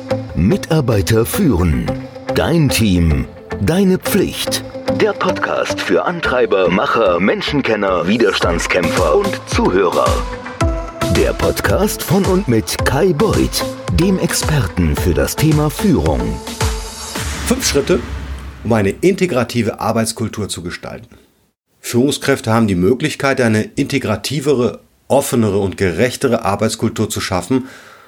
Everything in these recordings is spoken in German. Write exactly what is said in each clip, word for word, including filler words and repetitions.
Mitarbeiter führen. Dein Team. Deine Pflicht. Der Podcast für Antreiber, Macher, Menschenkenner, Widerstandskämpfer und Zuhörer. Der Podcast von und mit Kai Beuth, dem Experten für das Thema Führung. Fünf Schritte, um eine integrative Arbeitskultur zu gestalten. Führungskräfte haben die Möglichkeit, eine integrativere, offenere und gerechtere Arbeitskultur zu schaffen,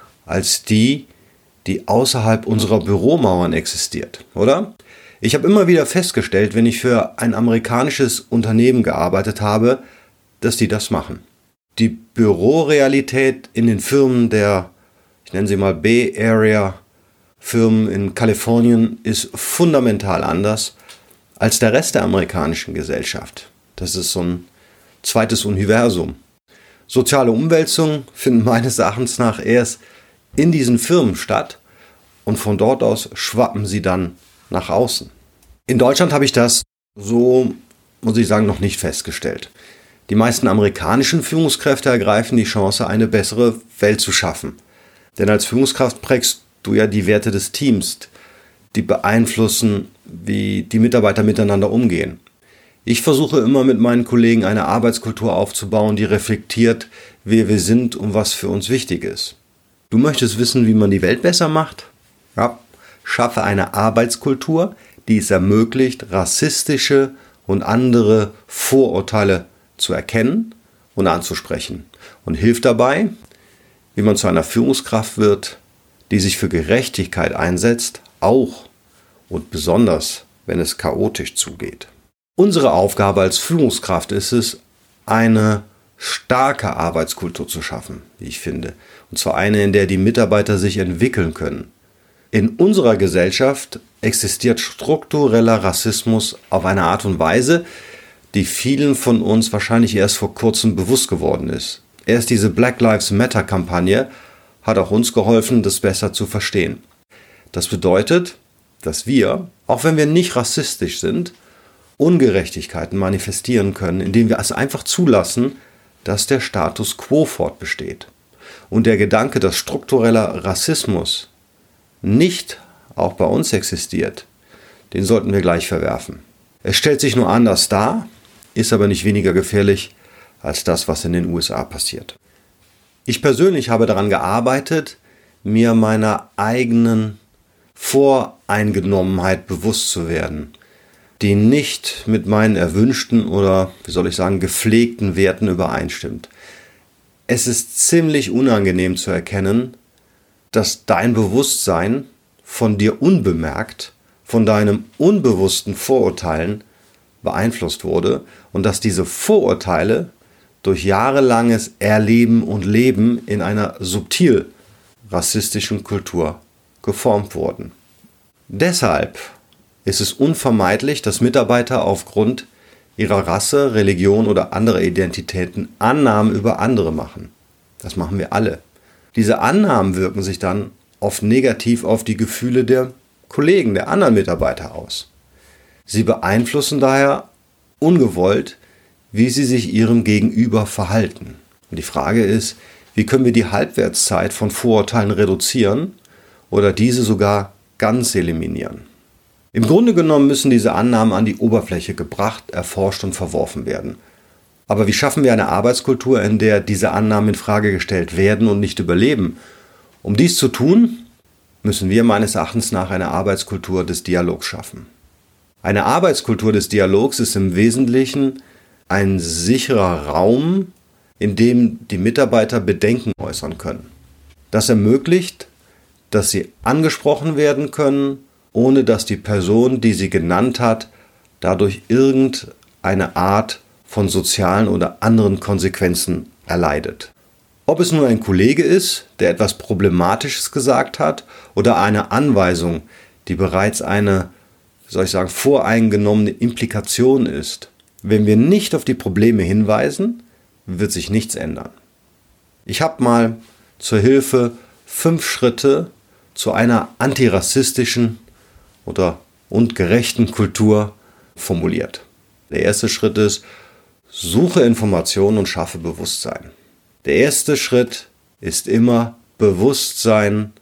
als die, die außerhalb unserer Büromauern existiert, oder? Ich habe immer wieder festgestellt, wenn ich für ein amerikanisches Unternehmen gearbeitet habe, dass die das machen. Die Bürorealität in den Firmen der, ich nenne sie mal Bay Area Firmen in Kalifornien, ist fundamental anders als der Rest der amerikanischen Gesellschaft. Das ist so ein zweites Universum. Soziale Umwälzungen finden meines Erachtens nach erst in diesen Firmen statt und von dort aus schwappen sie dann nach außen. In Deutschland habe ich das, so muss ich sagen, noch nicht festgestellt. Die meisten amerikanischen Führungskräfte ergreifen die Chance, eine bessere Welt zu schaffen. Denn als Führungskraft prägst du ja die Werte des Teams, die beeinflussen, wie die Mitarbeiter miteinander umgehen. Ich versuche immer mit meinen Kollegen eine Arbeitskultur aufzubauen, die reflektiert, wer wir sind und was für uns wichtig ist. Du möchtest wissen, wie man die Welt besser macht? Ja, schaffe eine Arbeitskultur, die es ermöglicht, rassistische und andere Vorurteile zu erkennen und anzusprechen. Und hilft dabei, wie man zu einer Führungskraft wird, die sich für Gerechtigkeit einsetzt, auch und besonders, wenn es chaotisch zugeht. Unsere Aufgabe als Führungskraft ist es, eine starke Arbeitskultur zu schaffen, wie ich finde. Und zwar eine, in der die Mitarbeiter sich entwickeln können. In unserer Gesellschaft existiert struktureller Rassismus auf eine Art und Weise, die vielen von uns wahrscheinlich erst vor kurzem bewusst geworden ist. Erst diese Black Lives Matter-Kampagne hat auch uns geholfen, das besser zu verstehen. Das bedeutet, dass wir, auch wenn wir nicht rassistisch sind, Ungerechtigkeiten manifestieren können, indem wir es einfach zulassen, dass der Status quo fortbesteht. Und der Gedanke, dass struktureller Rassismus nicht auch bei uns existiert, den sollten wir gleich verwerfen. Es stellt sich nur anders dar, ist aber nicht weniger gefährlich als das, was in den U S A passiert. Ich persönlich habe daran gearbeitet, mir meiner eigenen Voreingenommenheit bewusst zu werden, die nicht mit meinen erwünschten oder, wie soll ich sagen, gepflegten Werten übereinstimmt. Es ist ziemlich unangenehm zu erkennen, dass dein Bewusstsein von dir unbemerkt, von deinen unbewussten Vorurteilen beeinflusst wurde und dass diese Vorurteile durch jahrelanges Erleben und Leben in einer subtil rassistischen Kultur geformt wurden. Deshalb ist es unvermeidlich, dass Mitarbeiter aufgrund ihrer Rasse, Religion oder anderer Identitäten Annahmen über andere machen. Das machen wir alle. Diese Annahmen wirken sich dann oft negativ auf die Gefühle der Kollegen, der anderen Mitarbeiter aus. Sie beeinflussen daher ungewollt, wie sie sich ihrem Gegenüber verhalten. Und die Frage ist, wie können wir die Halbwertszeit von Vorurteilen reduzieren oder diese sogar ganz eliminieren? Im Grunde genommen müssen diese Annahmen an die Oberfläche gebracht, erforscht und verworfen werden. Aber wie schaffen wir eine Arbeitskultur, in der diese Annahmen in Frage gestellt werden und nicht überleben? Um dies zu tun, müssen wir meines Erachtens nach eine Arbeitskultur des Dialogs schaffen. Eine Arbeitskultur des Dialogs ist im Wesentlichen ein sicherer Raum, in dem die Mitarbeiter Bedenken äußern können. Das ermöglicht, dass sie angesprochen werden können, ohne dass die Person, die sie genannt hat, dadurch irgendeine Art von sozialen oder anderen Konsequenzen erleidet. Ob es nur ein Kollege ist, der etwas Problematisches gesagt hat, oder eine Anweisung, die bereits eine, wie soll ich sagen, voreingenommene Implikation ist. Wenn wir nicht auf die Probleme hinweisen, wird sich nichts ändern. Ich habe mal zur Hilfe fünf Schritte zu einer antirassistischen oder und gerechten Kultur formuliert. Der erste Schritt ist, suche Informationen und schaffe Bewusstsein. Der erste Schritt ist immer Bewusstsein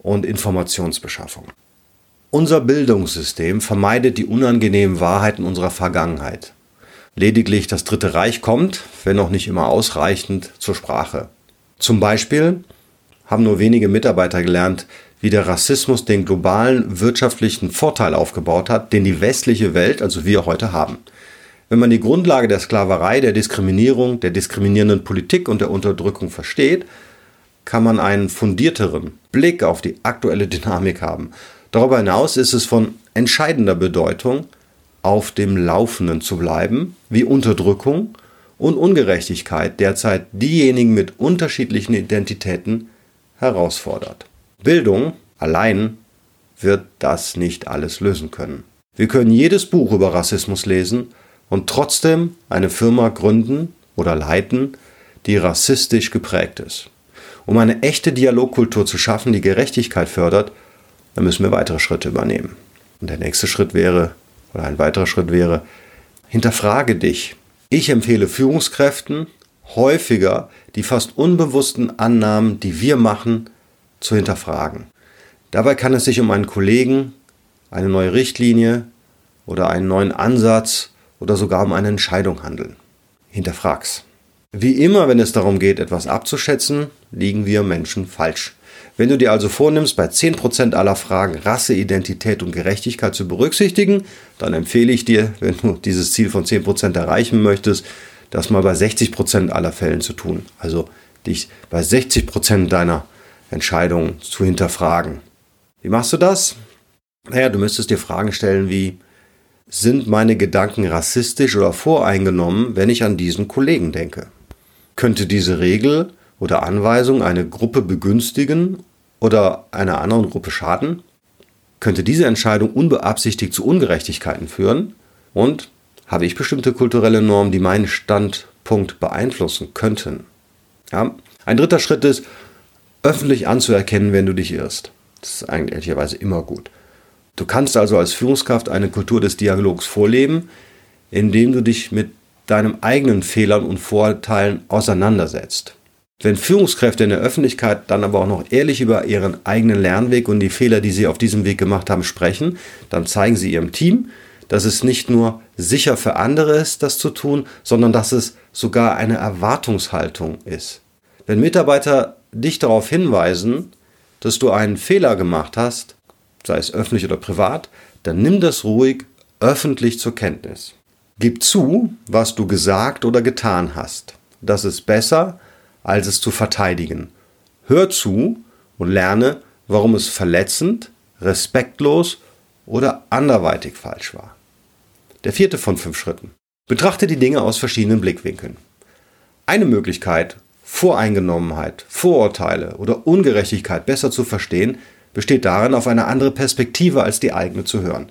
und Informationsbeschaffung. Unser Bildungssystem vermeidet die unangenehmen Wahrheiten unserer Vergangenheit. Lediglich das Dritte Reich kommt, wenn auch nicht immer ausreichend, zur Sprache. Zum Beispiel haben nur wenige Mitarbeiter gelernt, wie der Rassismus den globalen wirtschaftlichen Vorteil aufgebaut hat, den die westliche Welt, also wir heute haben. Wenn man die Grundlage der Sklaverei, der Diskriminierung, der diskriminierenden Politik und der Unterdrückung versteht, kann man einen fundierteren Blick auf die aktuelle Dynamik haben. Darüber hinaus ist es von entscheidender Bedeutung, auf dem Laufenden zu bleiben, wie Unterdrückung und Ungerechtigkeit derzeit diejenigen mit unterschiedlichen Identitäten herausfordert. Bildung allein wird das nicht alles lösen können. Wir können jedes Buch über Rassismus lesen und trotzdem eine Firma gründen oder leiten, die rassistisch geprägt ist. Um eine echte Dialogkultur zu schaffen, die Gerechtigkeit fördert, dann müssen wir weitere Schritte übernehmen. Und der nächste Schritt wäre, oder ein weiterer Schritt wäre, hinterfrage dich. Ich empfehle Führungskräften, häufiger die fast unbewussten Annahmen, die wir machen, zu hinterfragen. Dabei kann es sich um einen Kollegen, eine neue Richtlinie oder einen neuen Ansatz oder sogar um eine Entscheidung handeln. Hinterfrag's. Wie immer, wenn es darum geht, etwas abzuschätzen, liegen wir Menschen falsch. Wenn du dir also vornimmst, bei zehn Prozent aller Fragen Rasse, Identität und Gerechtigkeit zu berücksichtigen, dann empfehle ich dir, wenn du dieses Ziel von zehn Prozent erreichen möchtest, das mal bei sechzig Prozent aller Fällen zu tun. Also dich bei sechzig Prozent deiner Entscheidungen zu hinterfragen. Wie machst du das? Naja, du müsstest dir Fragen stellen wie: Sind meine Gedanken rassistisch oder voreingenommen, wenn ich an diesen Kollegen denke? Könnte diese Regel oder Anweisung eine Gruppe begünstigen oder einer anderen Gruppe schaden? Könnte diese Entscheidung unbeabsichtigt zu Ungerechtigkeiten führen? Und habe ich bestimmte kulturelle Normen, die meinen Standpunkt beeinflussen könnten? Ja. Ein dritter Schritt ist, öffentlich anzuerkennen, wenn du dich irrst. Das ist eigentlich ehrlicherweise immer gut. Du kannst also als Führungskraft eine Kultur des Dialogs vorleben, indem du dich mit deinen eigenen Fehlern und Vorurteilen auseinandersetzt. Wenn Führungskräfte in der Öffentlichkeit dann aber auch noch ehrlich über ihren eigenen Lernweg und die Fehler, die sie auf diesem Weg gemacht haben, sprechen, dann zeigen sie ihrem Team, dass es nicht nur sicher für andere ist, das zu tun, sondern dass es sogar eine Erwartungshaltung ist. Wenn Mitarbeiter dich darauf hinweisen, dass du einen Fehler gemacht hast, sei es öffentlich oder privat, dann nimm das ruhig öffentlich zur Kenntnis. Gib zu, was du gesagt oder getan hast. Das ist besser, als es zu verteidigen. Hör zu und lerne, warum es verletzend, respektlos oder anderweitig falsch war. Der vierte von fünf Schritten. Betrachte die Dinge aus verschiedenen Blickwinkeln. Eine Möglichkeit, Voreingenommenheit, Vorurteile oder Ungerechtigkeit besser zu verstehen, besteht darin, auf eine andere Perspektive als die eigene zu hören.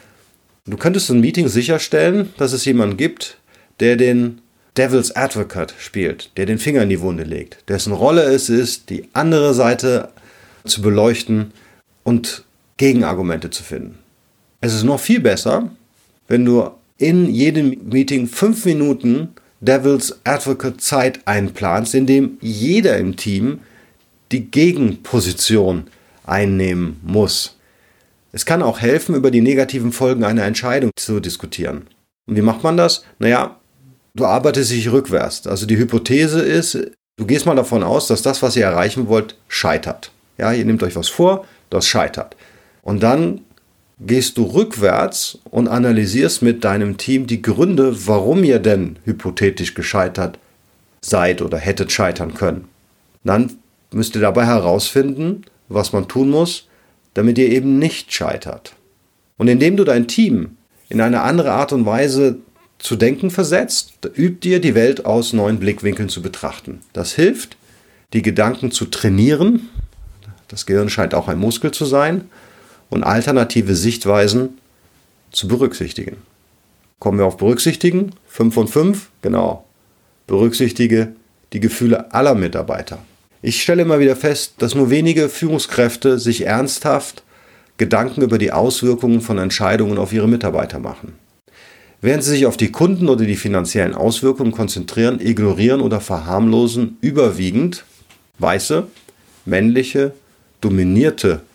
Du könntest in Meetings sicherstellen, dass es jemanden gibt, der den Devil's Advocate spielt, der den Finger in die Wunde legt, dessen Rolle es ist, die andere Seite zu beleuchten und Gegenargumente zu finden. Es ist noch viel besser, wenn du in jedem Meeting fünf Minuten Devil's Advocate Zeit einplanst, in dem jeder im Team die Gegenposition einnehmen muss. Es kann auch helfen, über die negativen Folgen einer Entscheidung zu diskutieren. Und wie macht man das? Naja, du arbeitest dich rückwärts. Also die Hypothese ist, du gehst mal davon aus, dass das, was ihr erreichen wollt, scheitert. Ja, ihr nehmt euch was vor, das scheitert. Und dann gehst du rückwärts und analysierst mit deinem Team die Gründe, warum ihr denn hypothetisch gescheitert seid oder hättet scheitern können. Dann müsst ihr dabei herausfinden, was man tun muss, damit ihr eben nicht scheitert. Und indem du dein Team in eine andere Art und Weise zu denken versetzt, übt ihr die Welt aus neuen Blickwinkeln zu betrachten. Das hilft, die Gedanken zu trainieren. Das Gehirn scheint auch ein Muskel zu sein. Und alternative Sichtweisen zu berücksichtigen. Kommen wir auf Berücksichtigen? fünf von fünf? Genau. Berücksichtige die Gefühle aller Mitarbeiter. Ich stelle immer wieder fest, dass nur wenige Führungskräfte sich ernsthaft Gedanken über die Auswirkungen von Entscheidungen auf ihre Mitarbeiter machen. Während sie sich auf die Kunden oder die finanziellen Auswirkungen konzentrieren, ignorieren oder verharmlosen überwiegend weiße, männliche, dominierte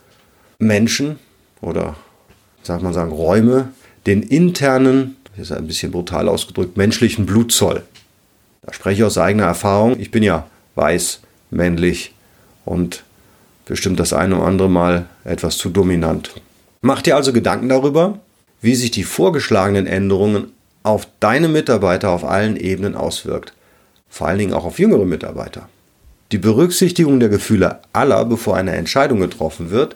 Menschen oder, sagt man sagen, Räume den internen, das ist ein bisschen brutal ausgedrückt, menschlichen Blutzoll. Da spreche ich aus eigener Erfahrung. Ich bin ja weiß, männlich und bestimmt das eine oder andere Mal etwas zu dominant. Mach dir also Gedanken darüber, wie sich die vorgeschlagenen Änderungen auf deine Mitarbeiter auf allen Ebenen auswirkt. Vor allen Dingen auch auf jüngere Mitarbeiter. Die Berücksichtigung der Gefühle aller, bevor eine Entscheidung getroffen wird,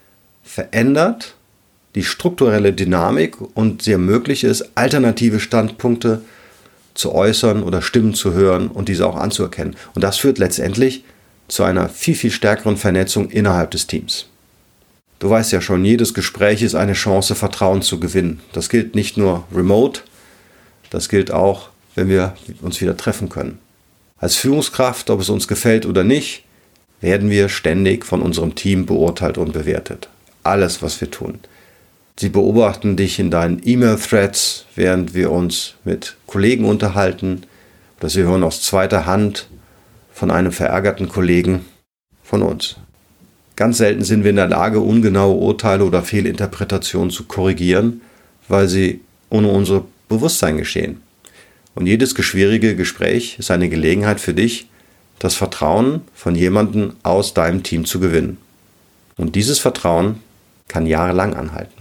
verändert die strukturelle Dynamik und sie ermöglicht es, alternative Standpunkte zu äußern oder Stimmen zu hören und diese auch anzuerkennen. Und das führt letztendlich zu einer viel, viel stärkeren Vernetzung innerhalb des Teams. Du weißt ja schon, jedes Gespräch ist eine Chance, Vertrauen zu gewinnen. Das gilt nicht nur remote, das gilt auch, wenn wir uns wieder treffen können. Als Führungskraft, ob es uns gefällt oder nicht, werden wir ständig von unserem Team beurteilt und bewertet. Alles, was wir tun. Sie beobachten dich in deinen E-Mail-Threads, während wir uns mit Kollegen unterhalten. Oder sie hören aus zweiter Hand von einem verärgerten Kollegen von uns. Ganz selten sind wir in der Lage, ungenaue Urteile oder Fehlinterpretationen zu korrigieren, weil sie ohne unser Bewusstsein geschehen. Und jedes schwierige Gespräch ist eine Gelegenheit für dich, das Vertrauen von jemandem aus deinem Team zu gewinnen. Und dieses Vertrauen kann jahrelang anhalten.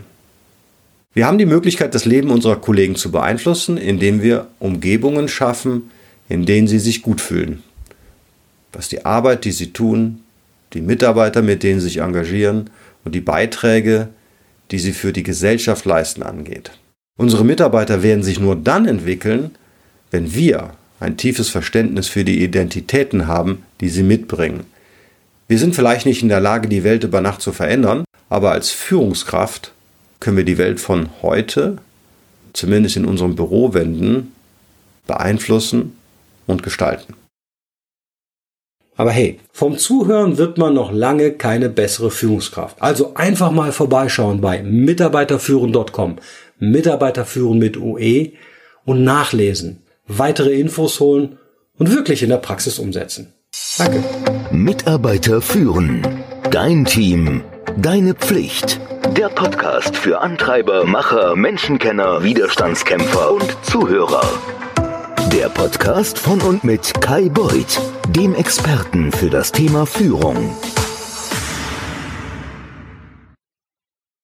Wir haben die Möglichkeit, das Leben unserer Kollegen zu beeinflussen, indem wir Umgebungen schaffen, in denen sie sich gut fühlen. Was die Arbeit, die sie tun, die Mitarbeiter, mit denen sie sich engagieren und die Beiträge, die sie für die Gesellschaft leisten, angeht. Unsere Mitarbeiter werden sich nur dann entwickeln, wenn wir ein tiefes Verständnis für die Identitäten haben, die sie mitbringen. Wir sind vielleicht nicht in der Lage, die Welt über Nacht zu verändern, aber als Führungskraft können wir die Welt von heute, zumindest in unseren Bürowänden, beeinflussen und gestalten. Aber hey, vom Zuhören wird man noch lange keine bessere Führungskraft. Also einfach mal vorbeischauen bei mitarbeiterführen punkt com, Mitarbeiterführen mit U E und nachlesen, weitere Infos holen und wirklich in der Praxis umsetzen. Danke. Mitarbeiter führen. Dein Team. Deine Pflicht. Der Podcast für Antreiber, Macher, Menschenkenner, Widerstandskämpfer und Zuhörer. Der Podcast von und mit Kai Beuth, dem Experten für das Thema Führung.